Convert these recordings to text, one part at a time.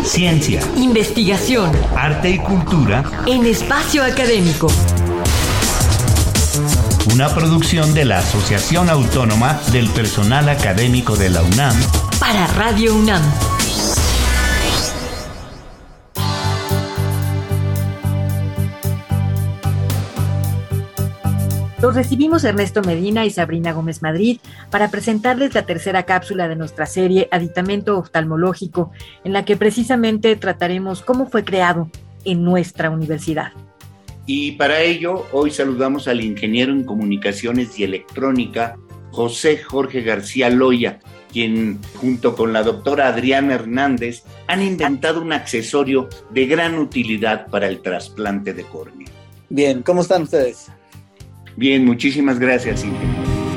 Ciencia, investigación, arte y cultura en espacio académico. Una producción de la Asociación Autónoma del Personal Académico de la UNAM para Radio UNAM. Los recibimos Ernesto Medina y Sabrina Gómez Madrid para presentarles la tercera cápsula de nuestra serie Aditamento Oftalmológico, en la que precisamente trataremos cómo fue creado en nuestra universidad. Y para ello, hoy saludamos al ingeniero en comunicaciones y electrónica, José Jorge García Loya, quien junto con la doctora Adriana Hernández han inventado un accesorio de gran utilidad para el trasplante de córnea. Bien, ¿cómo están ustedes? Bien, muchísimas gracias, ingeniero.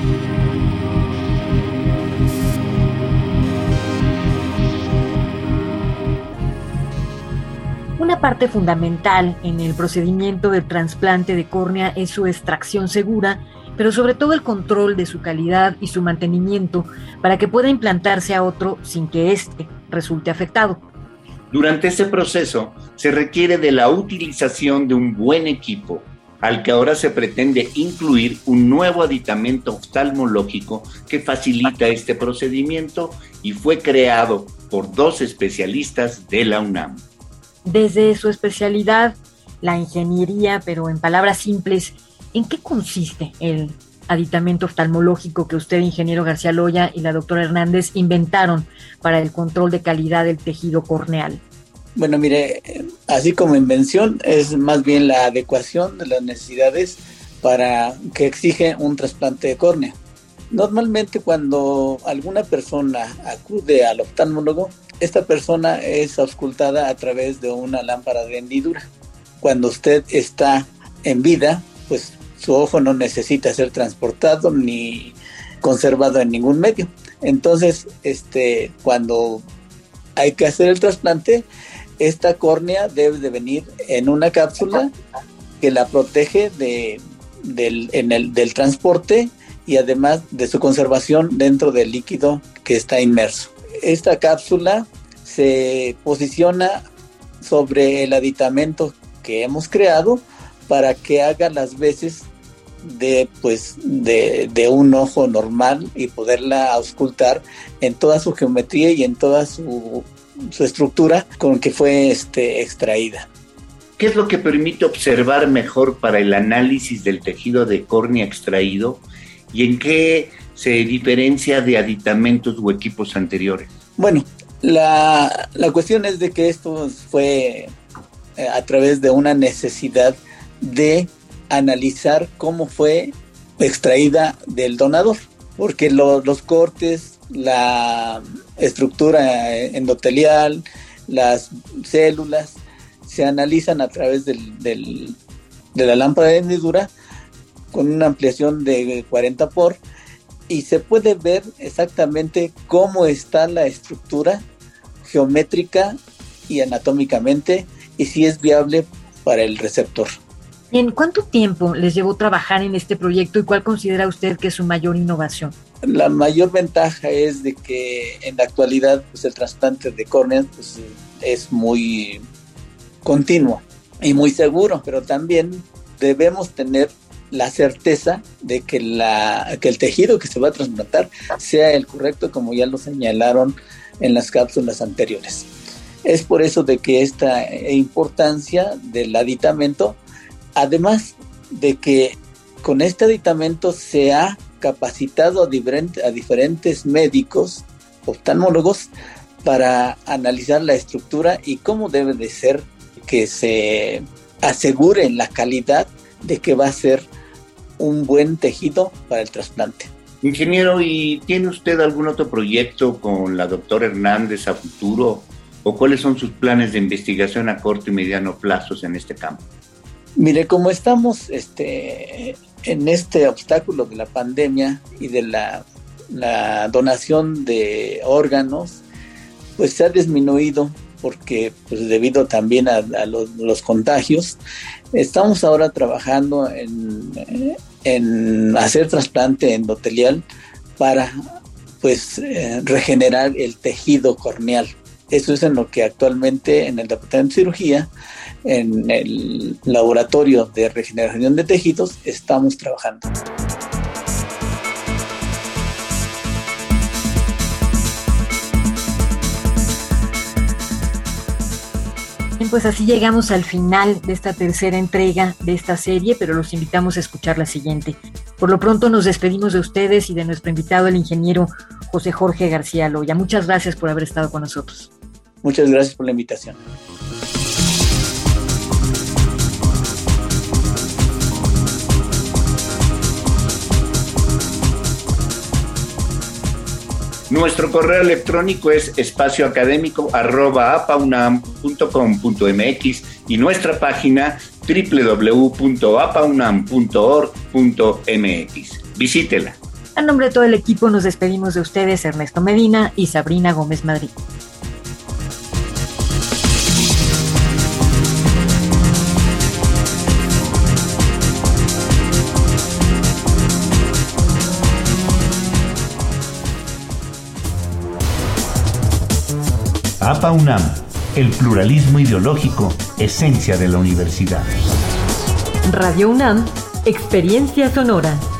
Una parte fundamental en el procedimiento de trasplante de córnea es su extracción segura, pero sobre todo el control de su calidad y su mantenimiento para que pueda implantarse a otro sin que éste resulte afectado. Durante este proceso se requiere de la utilización de un buen equipo, al que ahora se pretende incluir un nuevo aditamento oftalmológico que facilita este procedimiento y fue creado por 2 especialistas de la UNAM. Desde su especialidad, la ingeniería, pero en palabras simples, ¿en qué consiste el aditamento oftalmológico que usted, ingeniero García Loya, y la doctora Hernández inventaron para el control de calidad del tejido corneal? Bueno, mire, así como invención, es más bien la adecuación de las necesidades para que exige un trasplante de córnea. Normalmente cuando alguna persona acude al oftalmólogo, esta persona es auscultada a través de una lámpara de hendidura. Cuando usted está en vida, pues su ojo no necesita ser transportado ni conservado en ningún medio. Entonces, cuando hay que hacer el trasplante, esta córnea debe de venir en una cápsula que la protege del transporte y además de su conservación dentro del líquido que está inmerso. Esta cápsula se posiciona sobre el aditamento que hemos creado para que haga las veces de un ojo normal y poderla auscultar en toda su geometría y en toda su estructura con que fue extraída. ¿Qué es lo que permite observar mejor para el análisis del tejido de córnea extraído y en qué se diferencia de aditamentos o equipos anteriores? Bueno, la cuestión es de que esto fue a través de una necesidad de analizar cómo fue extraída del donador, porque los cortes, la estructura endotelial, las células se analizan a través de la lámpara de hendidura con una ampliación de 40 por y se puede ver exactamente cómo está la estructura geométrica y anatómicamente y si es viable para el receptor. ¿En cuánto tiempo les llevó trabajar en este proyecto y cuál considera usted que es su mayor innovación? La mayor ventaja es de que en la actualidad pues, el trasplante de córnea pues, es muy continuo y muy seguro, pero también debemos tener la certeza de que el tejido que se va a trasplantar sea el correcto, como ya lo señalaron en las cápsulas anteriores. Es por eso de que esta importancia del aditamento, además de que con este aditamento se ha capacitado a diferentes médicos, oftalmólogos, para analizar la estructura y cómo debe de ser que se asegure la calidad de que va a ser un buen tejido para el trasplante. Ingeniero, ¿y tiene usted algún otro proyecto con la doctora Hernández a futuro? ¿O cuáles son sus planes de investigación a corto y mediano plazos en este campo? Mire, como estamos en este obstáculo de la pandemia y de la donación de órganos, pues se ha disminuido porque pues debido también a los contagios, estamos ahora trabajando en hacer trasplante endotelial para pues regenerar el tejido corneal. Eso es en lo que actualmente en el Departamento de Cirugía, en el Laboratorio de Regeneración de Tejidos, estamos trabajando. Bien, pues así llegamos al final de esta tercera entrega de esta serie, pero los invitamos a escuchar la siguiente. Por lo pronto nos despedimos de ustedes y de nuestro invitado, el ingeniero José Jorge García Loya. Muchas gracias por haber estado con nosotros. Muchas gracias por la invitación. Nuestro correo electrónico es espacioacadémico@apaunam.com.mx y nuestra página www.apaunam.org.mx. Visítela. A nombre de todo el equipo nos despedimos de ustedes, Ernesto Medina y Sabrina Gómez Madrid. APA UNAM, el pluralismo ideológico, esencia de la universidad. Radio UNAM, experiencia sonora.